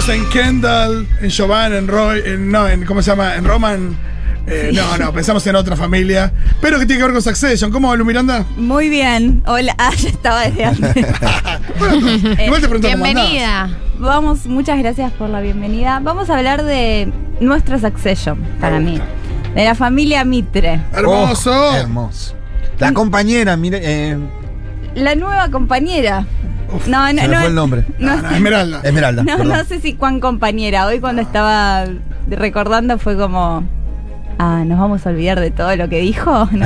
en Kendall, en Giovanna, en Roy, ¿cómo se llama? En Roman. No, pensamos en otra familia. Pero que tiene que ver con Succession. ¿Cómo va, Lu Miranda? Muy bien. Hola. Ya estaba desde antes. Bueno, igual te pregunto cómo andás. Bienvenida. Muchas gracias por la bienvenida. Vamos a hablar de nuestra Succession, para mí. De la familia Mitre. ¡Hermoso! Hermoso. La compañera, mire. La nueva compañera. Uf, no, se me fue el nombre. Esmeralda. Esmeralda. No sé si cuán compañera. Hoy cuando estaba recordando fue como... nos vamos a olvidar de todo lo que dijo. ¿No?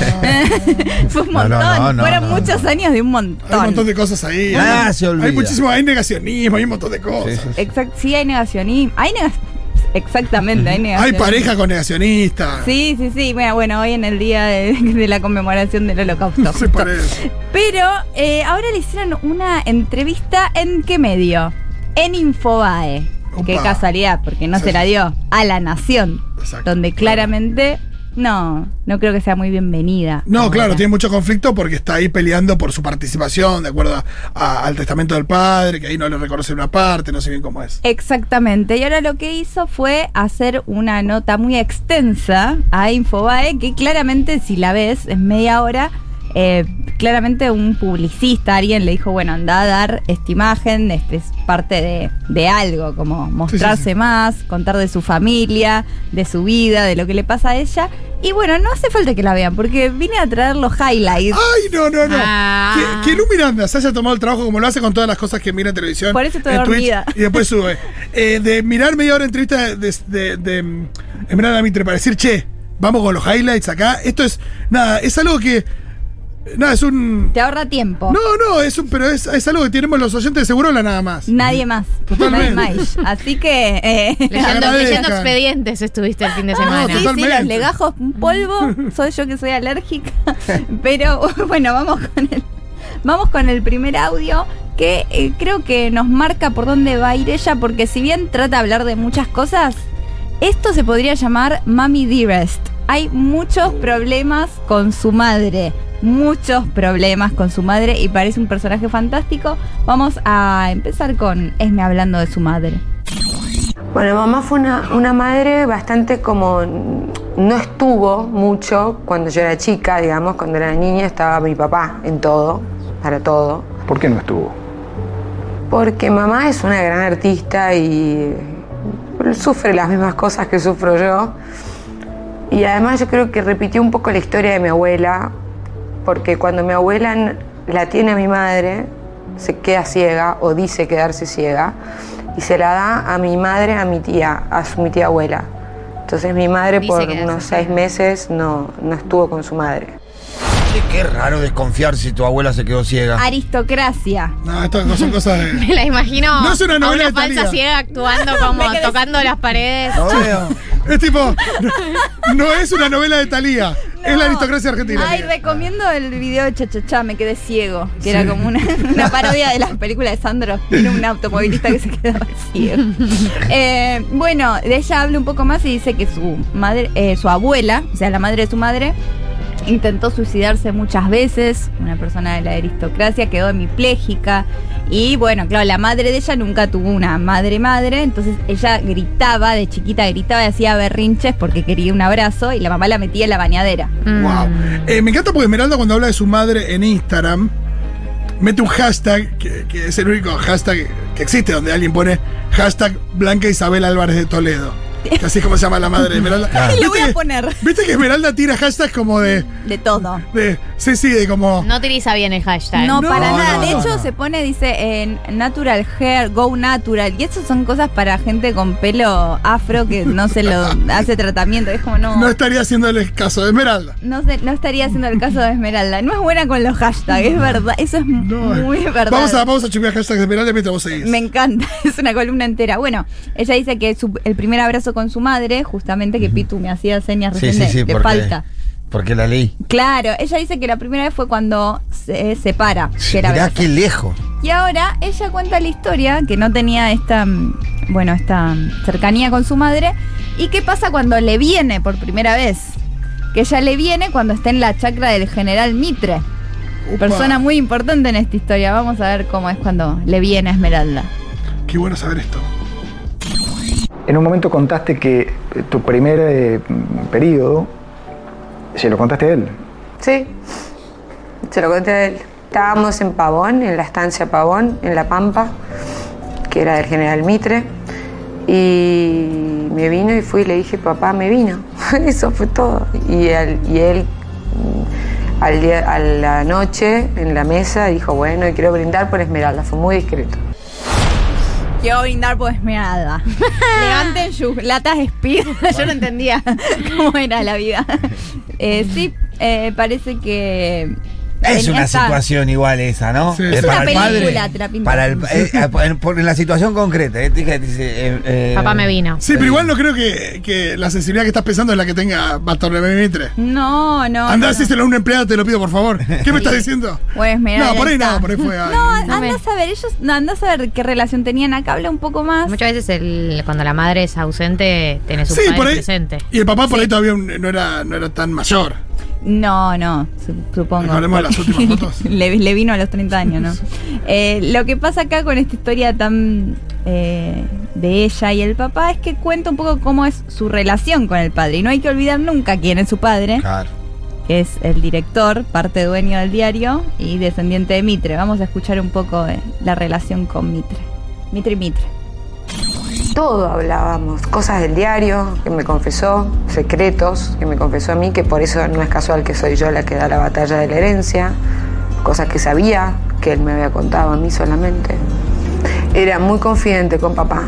Fue un montón. Fueron muchos años de un montón. Hay un montón de cosas ahí. Se olvida. Hay negacionismo, hay un montón de cosas. Sí. Exacto, sí, hay negacionismo. Exactamente, hay negacionismo. Hay pareja con negacionistas. Sí. Bueno, hoy en el día de la conmemoración del Holocausto. No se parece. Pero ahora le hicieron una entrevista ¿en qué medio? En Infobae. Opa. Qué casualidad, porque no se la dio a La Nación. Exacto. Donde claramente no creo que sea muy bienvenida. No, ahora. claro, tiene mucho conflicto porque está ahí peleando por su participación, de acuerdo al testamento del padre, que ahí no le reconoce una parte, no sé bien cómo es. Exactamente, y ahora lo que hizo fue hacer una nota muy extensa a Infobae, que claramente, si la ves, es media hora. Claramente un publicista, alguien le dijo, bueno, anda a dar esta imagen, es parte de algo, como mostrarse más, contar de su familia, de su vida, de lo que le pasa a ella. Y bueno, no hace falta que la vean, porque vine a traer los highlights. ¡Ay, no! Que Lu Miranda se haya tomado el trabajo como lo hace con todas las cosas que mira en televisión. Por eso estoy en dormida. Twitch, y después sube. De mirar media hora de entrevista de Esmeralda Mitre para decir, che, vamos con los highlights acá. Esto es, es algo que... es un... Te ahorra tiempo. No, pero es algo que tenemos los oyentes de Segurola nada más. Nadie más. Totalmente. Nadie más. Así que... Leyendo expedientes estuviste el fin de semana. Sí, Totalmente. los legajos polvo. Soy yo que soy alérgica. Pero bueno, vamos con el primer audio que creo que nos marca por dónde va a ir ella, porque si bien trata de hablar de muchas cosas, esto se podría llamar Mami Dearest. Hay muchos problemas con su madre. Y parece un personaje fantástico. Vamos a empezar con Esme hablando de su madre. Bueno, mamá fue una madre bastante como... No estuvo mucho cuando yo era chica, digamos, cuando era niña estaba mi papá en todo, para todo. ¿Por qué no estuvo? Porque mamá es una gran artista y sufre las mismas cosas que sufro yo. Y además yo creo que repitió un poco la historia de mi abuela, porque cuando mi abuela la tiene a mi madre, se queda ciega o dice quedarse ciega y se la da a mi madre, a mi tía abuela. Entonces mi madre por unos 6 meses no estuvo con su madre. Qué raro desconfiar si tu abuela se quedó ciega. Aristocracia. No, estas no son cosas de... Me la imagino No es una novela a de una falsa Thalía. ciega actuando como tocando las paredes. No veo. Es tipo... No es una novela de Thalía. Es la aristocracia argentina. Ay, recomiendo el video de Cha-Cha-Cha, me quedé ciego. Que era como una parodia de las películas de Sandro. Era un automovilista que se quedaba ciego. Bueno, de ella habla un poco más y dice que su madre, su abuela, o sea, la madre de su madre, intentó suicidarse muchas veces, una persona de la aristocracia, quedó hemipléjica y bueno, claro, la madre de ella nunca tuvo una madre, entonces ella gritaba, de chiquita gritaba y hacía berrinches porque quería un abrazo y la mamá la metía en la bañadera. Wow. Me encanta porque Esmeralda cuando habla de su madre en Instagram mete un hashtag que es el único hashtag que existe donde alguien pone hashtag Blanca Isabel Álvarez de Toledo. Que así es como se llama la madre de Esmeralda. Y le voy a poner ¿Viste que Esmeralda tira hashtags como de todo. Sí, de como... No utiliza bien el hashtag. No, para nada. De hecho, no. se pone, dice, en natural hair, go natural. Y eso son cosas para gente con pelo afro que no se lo hace tratamiento. Es como No estaría haciéndole caso de Esmeralda. No estaría haciendo el caso de Esmeralda. No es buena con los hashtags, es verdad. Eso es muy verdad. Vamos a chupear hashtags de Esmeralda mientras vos seguís. Me encanta, es una columna entera. Bueno, ella dice que el primer abrazo con su madre, justamente que Pitu me hacía señas recién de falta. Porque la leí. Claro, ella dice que la primera vez fue cuando se separa. Mirá qué lejos. Y ahora ella cuenta la historia, que no tenía esta cercanía con su madre. ¿Y qué pasa cuando le viene por primera vez? Que ella le viene cuando está en la chacra del general Mitre. Upa. Persona muy importante en esta historia. Vamos a ver cómo es cuando le viene a Esmeralda. Qué bueno saber esto. En un momento contaste que tu primer periodo se lo contaste a él. Sí, se lo conté a él. Estábamos en Pavón, en la estancia Pavón, en La Pampa, que era del general Mitre, y me vino y fui y le dije, papá, me vino. Eso fue todo. Y él, a la noche, en la mesa, dijo, bueno, y quiero brindar por Esmeralda. Fue muy discreto. Quiero brindar por Esmeralda. Levanten sus latas Speed. Yo no entendía cómo era la vida. Sí, parece que... Es una situación igual esa, ¿no? Sí. Es Para una el padre, película, te la pintan. para en la situación concreta. Dice, Papá me vino. Sí, pero igual no creo que la sensibilidad que estás pensando es la que tenga Bartolomé Mitre. No. Andá, decíselo a un empleado, te lo pido, por favor. ¿Qué me estás diciendo? Pues Esmeralda. No, por ahí está. no, por ahí fue. No, andás a ver, andás a ver qué relación tenían. Acá habla un poco más. Muchas veces cuando la madre es ausente, tenés un Sí, padre por ahí. presente. Y el papá por ahí todavía no era tan mayor. No, supongo. Hablemos de las últimas fotos. Le vino a los 30 años, ¿no? Lo que pasa acá con esta historia tan de ella y el papá es que cuenta un poco cómo es su relación con el padre. Y no hay que olvidar nunca quién es su padre, Claro. que es el director, parte dueño del diario y descendiente de Mitre. Vamos a escuchar un poco de la relación con Mitre. Mitre. Todo hablábamos, cosas del diario que me confesó, secretos que me confesó a mí, que por eso no es casual que soy yo la que da la batalla de la herencia, cosas que sabía, que él me había contado a mí solamente. Era muy confidente con papá.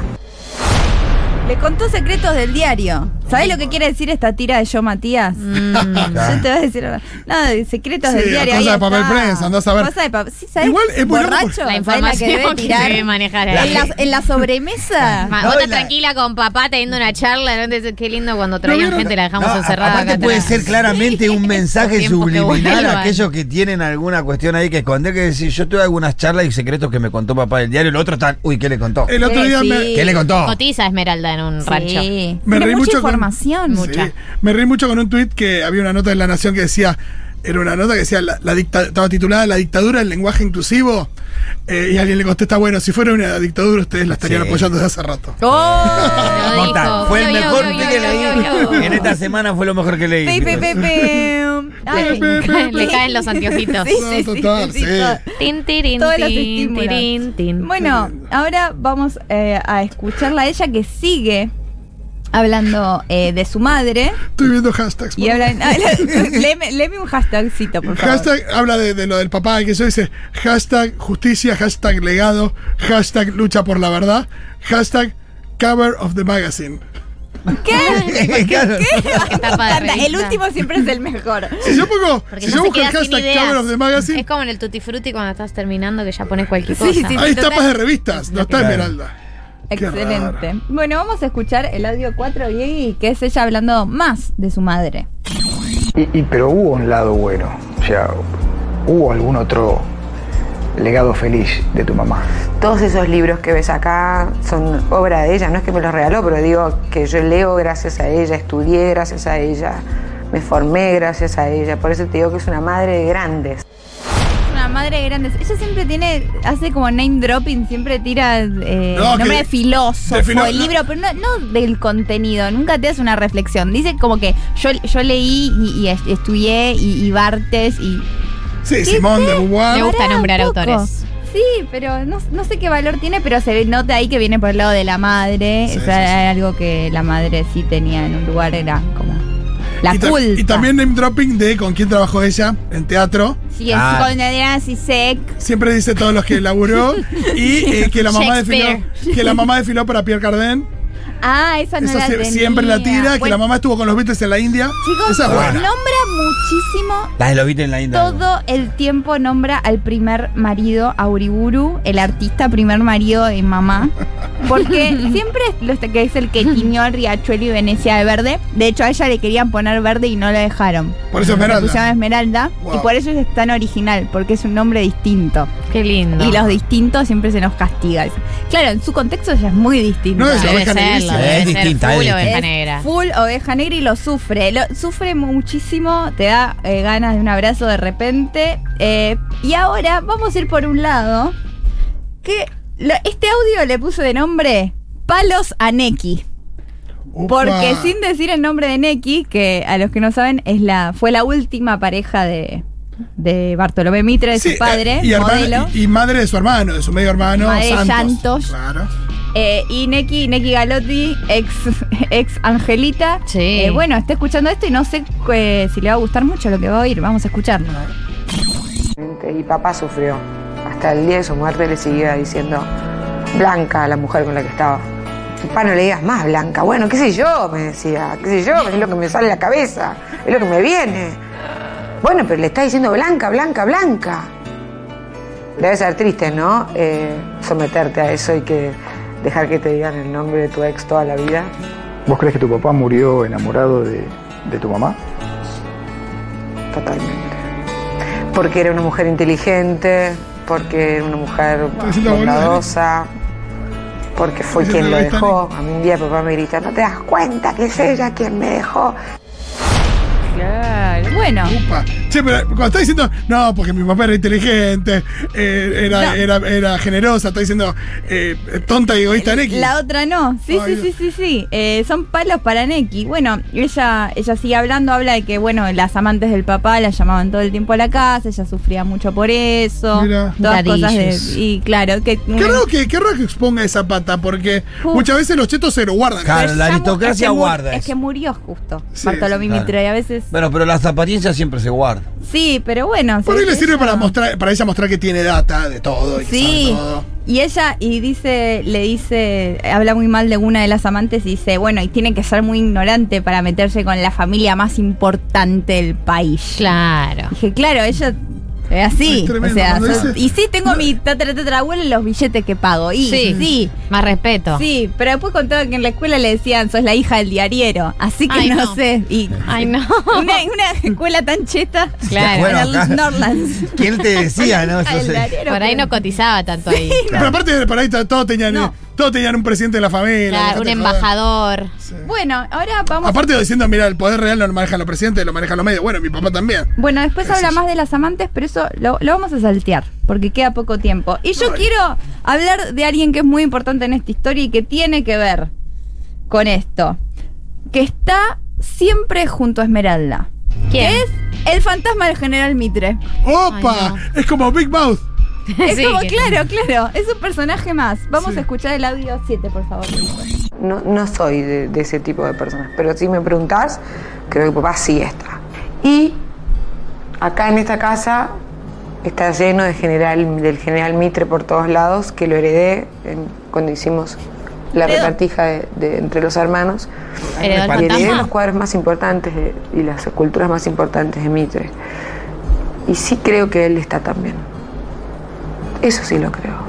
Le contó secretos del diario. ¿Sabés lo que quiere decir esta tira de Yo Matías? Yo te voy a decir nada de secretos del diario. Cosa ahí de papel está. prensa, andás a ver. Cosa de papel. ¿Sí, sabés? Igual es muy loco borracho. porque- La ¿sabés información debe que tirar? debe manejar En ahí. en la sobremesa. No, Vos y la- tranquila con papá teniendo una charla, ¿no? Entonces, qué lindo cuando traían vieron? gente, la dejamos No, encerrada aparte acá puede atrás. ser claramente un mensaje Tiempos que subliminal vuelvan. a aquellos que tienen alguna cuestión ahí que esconder, que decir, yo tuve algunas charlas y secretos que me contó papá del diario, el otro está, uy, ¿qué le contó? El otro día Sí. ¿Qué le contó? Cotiza Esmeralda en un rancho. Sí. Me Tiene reí mucha mucho con- información. Sí, me reí mucho con un tuit que había una nota en La Nación que decía, era una nota que decía, estaba titulada La dictadura del lenguaje inclusivo, y alguien le contesta, bueno, si fuera una dictadura ustedes la estarían Sí. apoyando desde hace rato. ¡Oh! Lo Mortal. dijo. Fue el Yo, mejor yo, tuit yo, que yo, leí. yo, yo. En esta semana fue lo mejor que leí. Ay, Le caen los anteojitos. Sí, No, total, sí. todo. Tin, tirin, Todos los tin, estímulos. tirin, tin. Bueno, ahora vamos a escucharla a ella que sigue hablando de su madre. Estoy viendo hashtags. Y habla, léeme un hashtagcito, por favor. Hashtag habla de lo del papá, que eso dice hashtag justicia, hashtag legado, hashtag lucha por la verdad, hashtag cover of the magazine. ¿Qué? Claro. Qué tapa de Anda, el revista. último siempre es el mejor. Si yo pongo, Porque si no yo se busco el queda sin hashtag ideas. cover of the magazine, Es como en el Tutti Frutti cuando estás terminando que ya pones cualquier Sí, cosa. sí. hay total. tapas de revistas, no está Claro. Esmeralda. Qué Excelente. raro. Bueno, vamos a escuchar el audio 4 y que es ella hablando más de su madre. Pero hubo un lado bueno, o sea, hubo algún otro legado feliz de tu mamá. Todos esos libros que ves acá son obra de ella, no es que me los regaló, pero digo que yo leo gracias a ella, estudié gracias a ella, me formé gracias a ella, por eso te digo que es una madre de grandes. Una madre grande. Ella siempre hace como name dropping, siempre tira nombre que- de filósofo, de filo- el libro, pero no del contenido, nunca te hace una reflexión. Dice como que yo leí y estudié y Bartes y... Sí, Simón de Me Beauvoir. gusta Pará, nombrar un poco. autores. Sí, pero no sé qué valor tiene, pero se nota ahí que viene por el lado de la madre. Sí, O sea, sí, sí. era algo que la madre sí tenía en un lugar, era como la culpa. Y también name dropping de con quién trabajó ella en teatro. Sí, Ah. con Adriana Sisek. Siempre dice todos los que laburó. Y que la mamá Shakespeare. desfiló para Pierre Cardin. Ah, esa no Eso la tenía. siempre la tira. Que Bueno, la mamá estuvo con los Beatles en la India. chicos, Esa es buena. nombra muchísimo. Las de los Beatles en la India. Todo el tiempo nombra al primer marido, a Uriburu, el artista primer marido de mamá. Porque siempre que es el que tiñó el riachuelo y Venecia de verde. De hecho, a ella le querían poner verde y no la dejaron. Por eso Le Esmeralda. pusieron Esmeralda. Wow. Y por eso es tan original, porque es un nombre distinto. Qué lindo. Y los distintos siempre se nos castiga. Claro, en su contexto ella es muy distinta. No, es la Debe oveja serlo, negrísima. debe Es ser distinta, full es oveja Es negra. full oveja negra y lo sufre. Sufre muchísimo, te da ganas de un abrazo de repente. Y ahora vamos a ir por un lado. Que este audio le puso de nombre Palos a Neki. Upa. Porque sin decir el nombre de Neki, que a los que no saben, fue la última pareja de Bartolomé Mitre, de Sí, su padre, y modelo. y madre de su hermano, de su medio hermano, Madre de Santos. Santos. Claro. Y Neki Galotti, ex Angelita. Sí. Bueno, está escuchando esto y no sé si le va a gustar mucho lo que va a oír. Vamos a escucharlo. Y papá sufrió. Hasta el día de su muerte le seguía diciendo Blanca a la mujer con la que estaba. Papá, no le digas más Blanca. Bueno, qué sé yo, me decía. Qué sé yo, es lo que me sale a la cabeza. Es lo que me viene. Bueno, pero le está diciendo Blanca, Blanca, Blanca. Debe ser triste, ¿no? Someterte a eso y que dejar que te digan el nombre de tu ex toda la vida. ¿Vos crees que tu papá murió enamorado de tu mamá? Totalmente. Porque era una mujer inteligente, porque era una mujer diciendo bondadosa, porque fue Está quien diciendo lo dejó. A mí un día papá me grita, ¿no te das cuenta que es ella quien me dejó? Claro. Bueno, Upa. Che, pero cuando está diciendo, no, porque mi papá era inteligente, era generosa, está diciendo tonta y egoísta Neki. la otra no. Sí, Ay, sí. Son palos para Neki. Bueno, ella sigue hablando, habla de que, bueno, las amantes del papá la llamaban todo el tiempo a la casa, ella sufría mucho por eso. Mira. Todas cosas Dadillos. y claro, que Qué raro que exponga esa pata, porque Uf. muchas veces los chetos se lo guardan. Claro, Pero la ya aristocracia es que guarda Es eso. que murió justo Sí, Bartolomé sí, claro. Mitre y a veces. Bueno, pero las apariencias siempre se guardan. Sí, pero bueno. Por se ahí le ve que sirve ella- para ella mostrar que tiene data de todo y que Sí, sabe todo. y ella le dice, habla muy mal de una de las amantes y dice, bueno, y tiene que ser muy ignorante para meterse con la familia más importante del país. Claro. Dije, claro, ella es así. Es tremendo, O sea, cuando dice- y sí, tengo mi tatarabuela en los billetes que pago. Y sí. Más respeto. Sí, pero después contaba que en la escuela le decían, sos la hija del diariero. Así que Ay, no no. sé. Y Ay, no. una escuela tan cheta. Claro. Bueno, en el acá- Norlands. ¿Quién te decía, no? Hija Yo del sé. diariero, Por ahí pero- no cotizaba tanto ahí. Pero aparte, por ahí todos tenían, No. todos tenían un presidente de la familia. Claro, un dejate joder. embajador. Bueno, ahora vamos. Aparte de diciendo, mira, el poder real no lo manejan los presidentes, lo manejan los medios. Bueno, mi papá también. Bueno, después habla más de las amantes, pero eso lo vamos a saltear, porque queda poco tiempo. Y yo quiero hablar de alguien que es muy importante en esta historia y que tiene que ver con esto. Que está siempre junto a Esmeralda. ¿Quién? Que es el fantasma del general Mitre. ¡Opa! Ay, Es como Big Mouth. Es Sí, como, que- claro, es un personaje más. Vamos Sí. a escuchar el audio 7, por favor. No soy de ese tipo de personas, pero si me preguntás, creo que papá sí está. Y acá en esta casa está lleno del general Mitre por todos lados, que lo heredé cuando hicimos la Heredó. repartija de entre los hermanos. Heredó el Y heredé fantasma. los cuadros más importantes y las esculturas más importantes de Mitre. Y sí creo que él está también. Eso sí lo creo.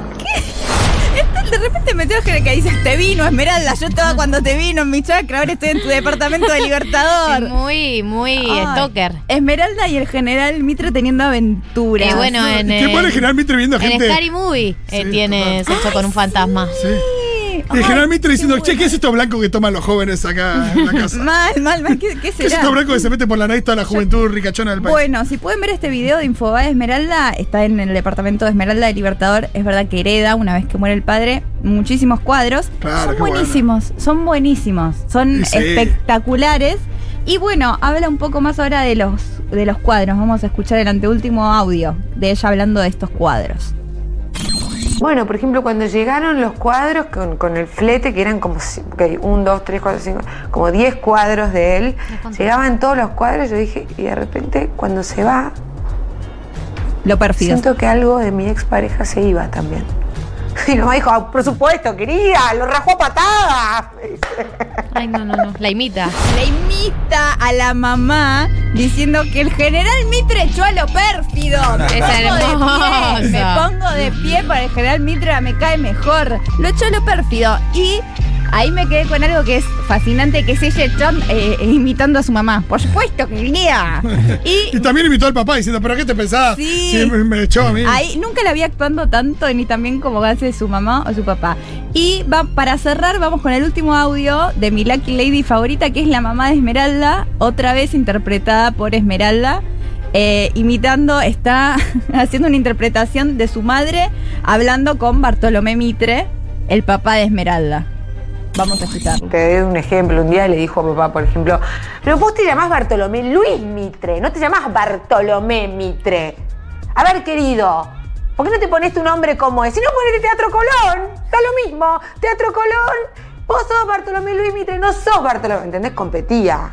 De repente me tengo que dices, te vino Esmeralda, yo estaba cuando te vino en mi chacra, ahora estoy en tu departamento de Libertador. Es muy Ay, stalker. Esmeralda y el general Mitre teniendo aventuras. Y bueno, en ¿Qué pone General Mitre viendo en gente? Scary Movie Sí, tiene total. sexo con un fantasma. Sí. Y el Ay, General Mitre diciendo, qué che, ¿qué es esto blanco que toman los jóvenes acá en la casa? Mal, ¿qué ¿Qué es será? esto blanco que se mete por la nariz toda la juventud ricachona del país? Bueno, si pueden ver este video de Infobae Esmeralda, está en el departamento de Esmeralda de Libertador. Es verdad que hereda, una vez que muere el padre, muchísimos cuadros. Claro, son qué bueno. buenísimos, son Y sí. espectaculares. Y bueno, habla un poco más ahora de los cuadros. Vamos a escuchar el anteúltimo audio de ella hablando de estos cuadros. Bueno, por ejemplo, cuando llegaron los cuadros con el flete, que eran como 1, 2, 3, 4, 5, como 10 cuadros de él, llegaban todos los cuadros, yo dije, y de repente cuando se va, Lo pérfido. siento que algo de mi expareja se iba también. Y mi mamá dijo, "Ah, por supuesto, querida, lo rajó a patadas". Ay, no. La imita. Le imita a la mamá diciendo que el general Mitre echó a lo pérfido. Es Me hermoso. pongo de pie para el general Mitre, me cae mejor. Lo echó a lo pérfido. Y ahí me quedé con algo que es fascinante, que es ella imitando a su mamá. Por supuesto, querida. Y Y también invitó al papá diciendo, ¿pero qué te pensabas? Sí. Sí, me echó a mí. ahí nunca la vi actuando tanto ni también como hace su mamá o su papá. Y para cerrar, vamos con el último audio de mi Lucky Lady favorita, que es la mamá de Esmeralda, otra vez interpretada por Esmeralda. Imitando, está haciendo una interpretación de su madre hablando con Bartolomé Mitre, el papá de Esmeralda. Vamos a escucharlo. Te doy un ejemplo. Un día le dijo a papá, por ejemplo, pero vos te llamás Bartolomé Luis Mitre, no te llamás Bartolomé Mitre. A ver, querido, ¿por qué no te pones tu nombre como es? Si no, ponete Teatro Colón. Da lo mismo. Teatro Colón. Vos sos Bartolomé Luis Mitre, no sos Bartolomé. ¿Entendés? Competía.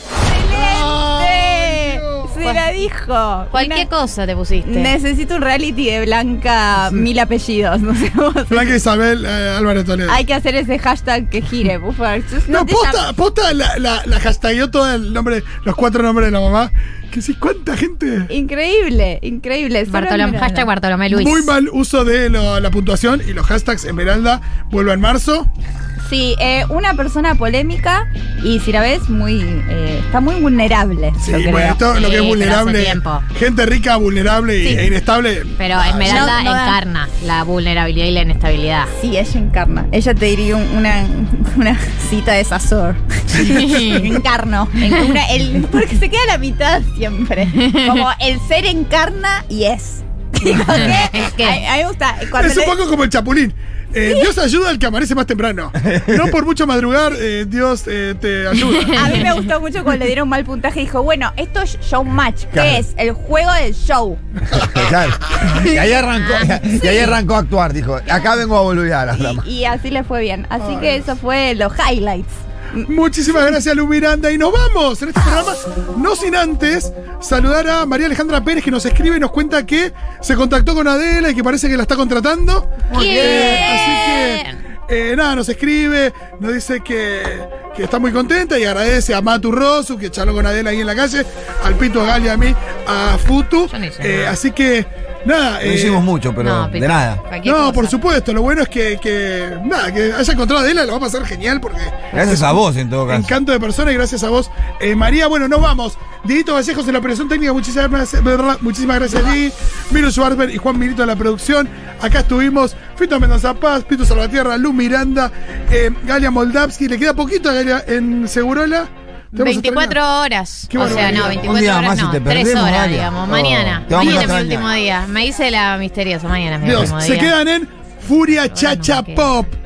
¡Excelente! Se la dijo. Cualquier cosa te pusiste. Necesito un reality de Blanca, 1000 apellidos. No sé vos. Blanca Isabel Álvarez Toledo. Hay que hacer ese hashtag que gire, por favor. No, posta la hashtagueó todo el nombre, los 4 nombres de la mamá. Que sí, ¿cuánta gente? Increíble. Hashtag Bartolomé Luis. Muy mal uso de la puntuación y los hashtags Esmeralda vuelve en marzo. Sí, una persona polémica y si la ves, está muy vulnerable. Sí, yo creo. bueno, esto lo que es Sí, vulnerable. pero hace tiempo. Gente rica, vulnerable Sí. e inestable. Pero Esmeralda no da. encarna la vulnerabilidad y la inestabilidad. Sí, ella encarna. Ella te diría una cita de Sazor. Encarno. Porque se queda a la mitad siempre. Como el ser encarna y es. Digo, ¿qué? Es que- A mí me gusta. Cuando Es un poco como el Chapulín. Dios ayuda al que amanece más temprano. No por mucho madrugar, Dios te ayuda. A mí me gustó mucho cuando le dieron mal puntaje. Dijo, bueno, esto es showmatch. ¿Qué Claro. es? El juego del show. Claro. Y ahí arrancó a actuar, dijo. Acá vengo a volver a la drama. Y así le fue bien. Así que eso fue los highlights. Muchísimas gracias, Lu Miranda. Y nos vamos en este programa, no sin antes saludar a María Alejandra Pérez, que nos escribe y nos cuenta que se contactó con Adela y que parece que la está contratando. Muy bien. Así que, nada, nos escribe, nos dice que está muy contenta y agradece a Matu Rosu, que charló con Adela ahí en la calle, al Pito, a Gali, a mí, a Futu. Yo no hice nada. Así que, nada. No hicimos mucho, pero No, de nada. cualquier No, cosa. por supuesto, lo bueno es que haya encontrado a Adela, lo va a pasar genial porque Gracias a vos, en todo caso. encanto de persona y gracias a vos, María. Bueno, nos vamos. Dieguito Vallejos en la operación técnica, muchísimas gracias, Di. Miro Schwarber y Juan Milito en la producción. Acá estuvimos Fito Mendoza Paz, Pito Salvatierra, Lu Miranda, Galia Moldavsky. Le queda poquito a Galia en Segurola. ¿Tenemos 24 horas. Qué O sea, barbaridad. no, Un 24 día horas más y no. te 3 perdemos, horas, Galia. digamos. Oh, Mañana. te vamos a Mañana es mi extrañar. último día. Me hice la misteriosa. Mañana es mi Dios, último se día. quedan en Furia Chacha queda. Pop.